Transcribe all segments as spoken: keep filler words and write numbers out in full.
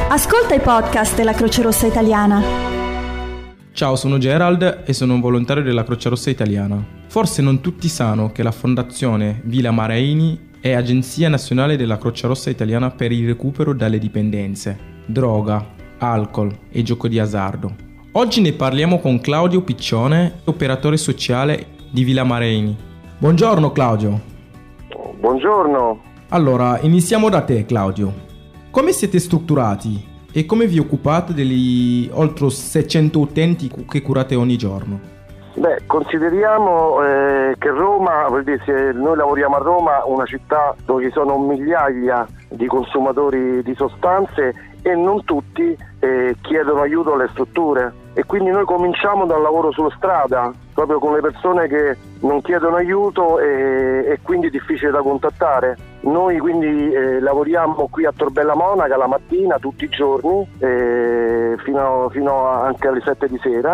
Ascolta i podcast della Croce Rossa Italiana. Ciao, sono Gerald e sono un volontario della Croce Rossa Italiana. Forse non tutti sanno che la Fondazione Villa Mareini è agenzia nazionale della Croce Rossa Italiana per il recupero dalle dipendenze, droga, alcol e gioco di azzardo. Oggi ne parliamo con Claudio Piccione, operatore sociale di Villa Mareini. Buongiorno Claudio. Buongiorno. Allora, iniziamo da te Claudio. Come siete strutturati e come vi occupate degli oltre seicento utenti che curate ogni giorno? Beh, consideriamo eh, che Roma, vuol dire, se noi lavoriamo a Roma, una città dove ci sono migliaia di consumatori di sostanze e non tutti eh, chiedono aiuto alle strutture, e quindi noi cominciamo dal lavoro sulla strada, proprio con le persone che non chiedono aiuto e, e quindi è difficile da contattare. Noi quindi eh, lavoriamo qui a Tor Bella Monaca la mattina tutti i giorni eh, fino, fino a, anche alle sette di sera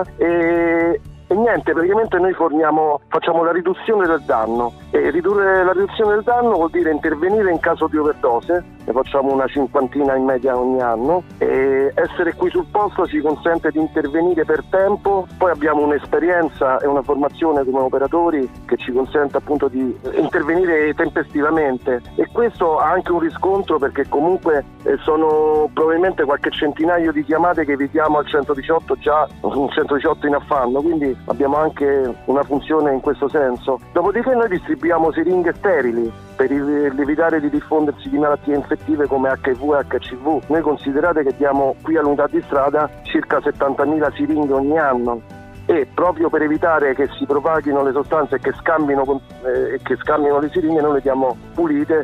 e E niente, praticamente noi forniamo, facciamo la riduzione del danno, e ridurre la riduzione del danno vuol dire intervenire in caso di overdose, ne facciamo una cinquantina in media ogni anno, e essere qui sul posto ci consente di intervenire per tempo. Poi abbiamo un'esperienza e una formazione come operatori che ci consente appunto di intervenire tempestivamente, e questo ha anche un riscontro perché comunque eh, sono probabilmente qualche centinaio di chiamate che evitiamo al centodiciotto, già un centodiciotto in affanno, quindi abbiamo anche una funzione in questo senso. Dopodiché noi distribuiamo siringhe sterili per evitare di diffondersi di malattie infettive come acca i vu e acca ci vu. Noi considerate che diamo qui all'unità di strada circa settantamila siringhe ogni anno, e proprio per evitare che si propaghino le sostanze e che scambino, eh, che scambino le siringhe, noi le diamo pulite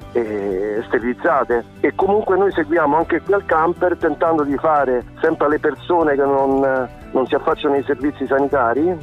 e sterilizzate. E comunque noi seguiamo anche qui al camper, tentando di fare sempre alle persone che non, non si affacciano ai servizi sanitari,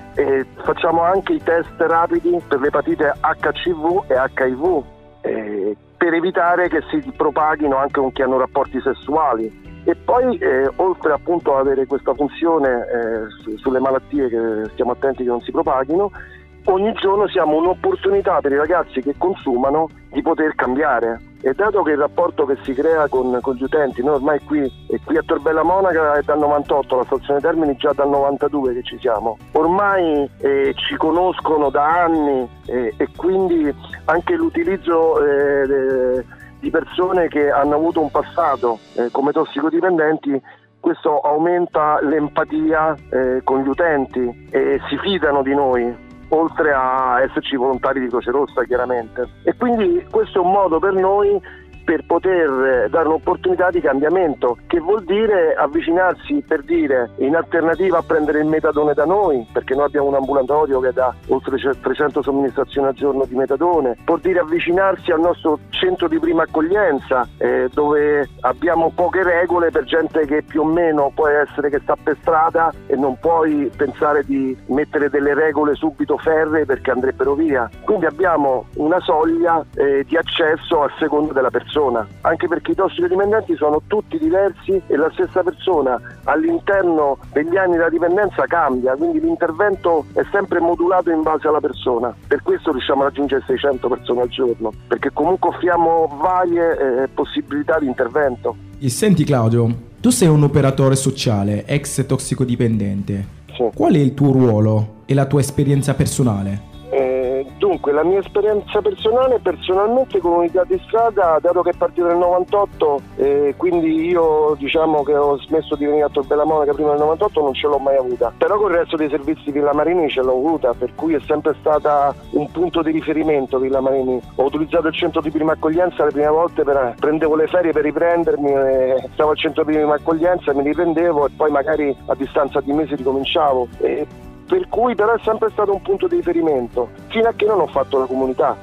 e facciamo anche i test rapidi per l'epatite acca ci vu e acca i vu, eh, per evitare che si propaghino anche con chi hanno rapporti sessuali. E poi eh, oltre appunto ad avere questa funzione eh, su, sulle malattie, che stiamo attenti che non si propaghino, ogni giorno siamo un'opportunità per i ragazzi che consumano di poter cambiare. E dato che il rapporto che si crea con, con gli utenti, noi ormai qui, e qui a Tor Bella Monaca è dal novantotto, la stazione Termini già dal novantadue che ci siamo, ormai eh, ci conoscono da anni, eh, e quindi anche l'utilizzo eh, de, di persone che hanno avuto un passato eh, come tossicodipendenti, questo aumenta l'empatia eh, con gli utenti e si fidano di noi, oltre a esserci volontari di Croce Rossa chiaramente. E quindi questo è un modo per noi per poter dare un'opportunità di cambiamento, che vuol dire avvicinarsi, per dire, in alternativa a prendere il metadone da noi, perché noi abbiamo un ambulatorio che dà oltre trecento somministrazioni al giorno di metadone, vuol dire avvicinarsi al nostro centro di prima accoglienza, eh, dove abbiamo poche regole per gente che più o meno può essere che sta per strada e non puoi pensare di mettere delle regole subito ferree perché andrebbero via. Quindi abbiamo una soglia eh, di accesso a seconda della persona, anche perché i tossicodipendenti sono tutti diversi e la stessa persona all'interno degli anni della dipendenza cambia, quindi l'intervento è sempre modulato in base alla persona. Per questo riusciamo a raggiungere seicento persone al giorno, perché comunque offriamo varie eh, possibilità di intervento. E senti Claudio, tu sei un operatore sociale, ex tossicodipendente. Sì. Qual è il tuo ruolo e la tua esperienza personale? Dunque, la mia esperienza personale, personalmente con unità di strada, dato che è partito nel novantotto, eh, quindi io diciamo che ho smesso di venire a Tor Bella Monaca prima del novantotto, non ce l'ho mai avuta, però con il resto dei servizi Villa Mareini ce l'ho avuta, per cui è sempre stata un punto di riferimento Villa Mareini. Ho utilizzato il centro di prima accoglienza le prime volte, per, prendevo le ferie per riprendermi, eh, stavo al centro di prima accoglienza, mi riprendevo e poi magari a distanza di mesi ricominciavo. Eh, Per cui però è sempre stato un punto di riferimento, fino a che non ho fatto la comunità.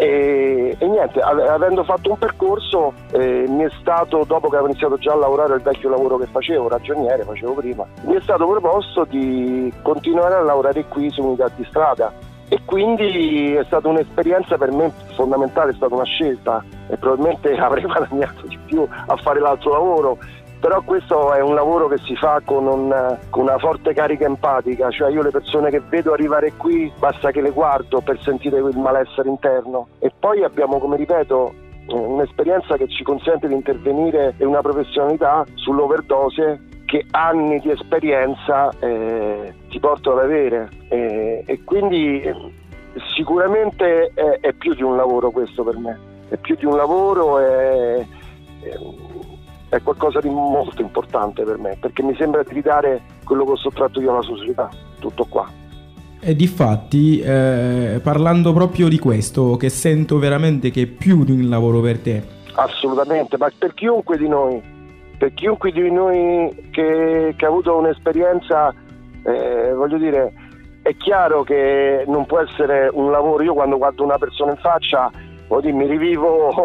E, e niente, avendo fatto un percorso, eh, mi è stato, dopo che avevo iniziato già a lavorare il vecchio lavoro che facevo, ragioniere, facevo prima, mi è stato proposto di continuare a lavorare qui su unità di strada. E quindi è stata un'esperienza per me fondamentale, è stata una scelta, e probabilmente avrei guadagnato di più a fare l'altro lavoro. Però questo è un lavoro che si fa con, un, con una forte carica empatica, cioè io le persone che vedo arrivare qui basta che le guardo per sentire quel malessere interno. E poi abbiamo, come ripeto, un'esperienza che ci consente di intervenire in una professionalità sull'overdose che anni di esperienza eh, ti portano ad avere, eh, e quindi eh, sicuramente è, è più di un lavoro questo per me, è più di un lavoro, è, è, è qualcosa di molto importante per me, perché mi sembra di ridare quello che ho sottratto io alla società, tutto qua. E difatti, eh, parlando proprio di questo, che sento veramente che è più di un lavoro per te. Assolutamente, ma per chiunque di noi, per chiunque di noi che, che ha avuto un'esperienza, eh, voglio dire, è chiaro che non può essere un lavoro. Io quando guardo una persona in faccia, voglio dire, mi rivivo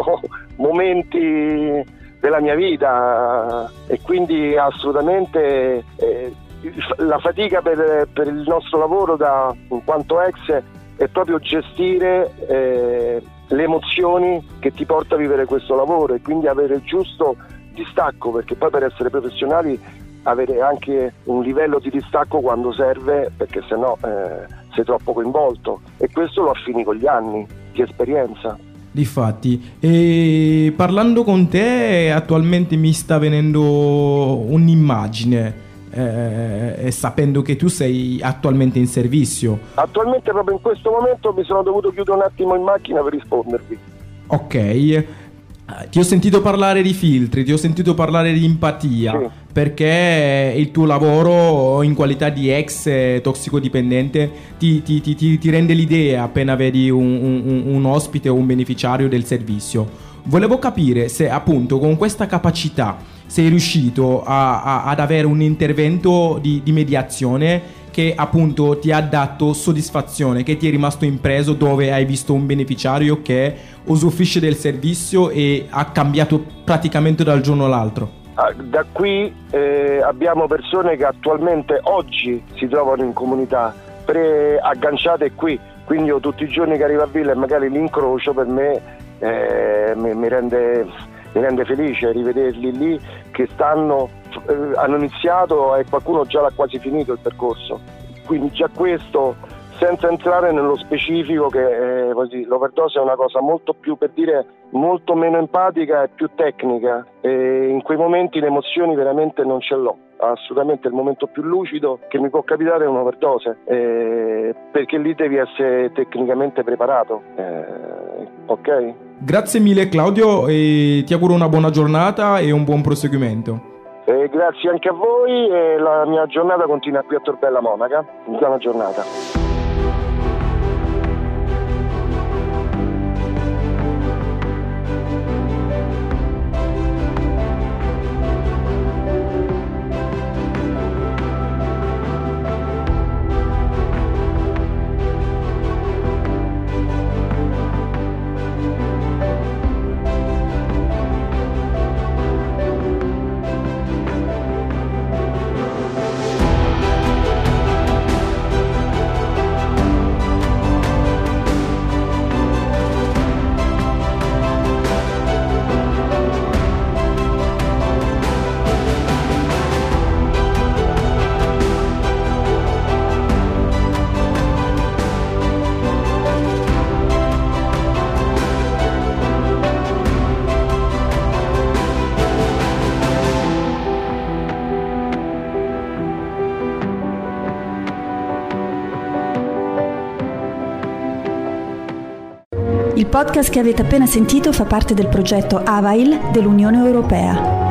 momenti della mia vita, e quindi assolutamente eh, la fatica per, per il nostro lavoro da, in quanto ex è proprio gestire eh, le emozioni che ti porta a vivere questo lavoro, e quindi avere il giusto distacco, perché poi per essere professionali avere anche un livello di distacco quando serve, perché sennò eh, sei troppo coinvolto, e questo lo affini con gli anni di esperienza. Difatti, e parlando con te attualmente mi sta venendo un'immagine, eh, e sapendo che tu sei attualmente in servizio. Attualmente proprio in questo momento mi sono dovuto chiudere un attimo in macchina per rispondervi. Ok, ti ho sentito parlare di filtri, ti ho sentito parlare di empatia, sì, perché il tuo lavoro in qualità di ex tossicodipendente ti, ti, ti, ti, ti rende l'idea appena vedi un, un, un ospite o un beneficiario del servizio. Volevo capire se appunto con questa capacità sei riuscito a, a, ad avere un intervento di, di mediazione che appunto ti ha dato soddisfazione, che ti è rimasto impreso, dove hai visto un beneficiario che usufruisce del servizio e ha cambiato praticamente dal giorno all'altro. Da qui eh, abbiamo persone che attualmente oggi si trovano in comunità pre- agganciate qui, quindi io tutti i giorni che arrivo a Villa e magari li incrocio, per me eh, mi, mi rende mi rende felice rivederli lì che stanno, eh, hanno iniziato e qualcuno già l'ha quasi finito il percorso, quindi già questo, senza entrare nello specifico, che eh, così, l'overdose è una cosa molto più, per dire, molto meno empatica e più tecnica, e in quei momenti le emozioni veramente non ce l'ho. Assolutamente il momento più lucido che mi può capitare è un'overdose, eh, perché lì devi essere tecnicamente preparato, eh, ok? Grazie mille Claudio, e ti auguro una buona giornata e un buon proseguimento. Eh, grazie anche a voi, e la mia giornata continua qui a Torbella Monaca. Buona giornata. Il podcast che avete appena sentito fa parte del progetto AVAIL dell'Unione Europea.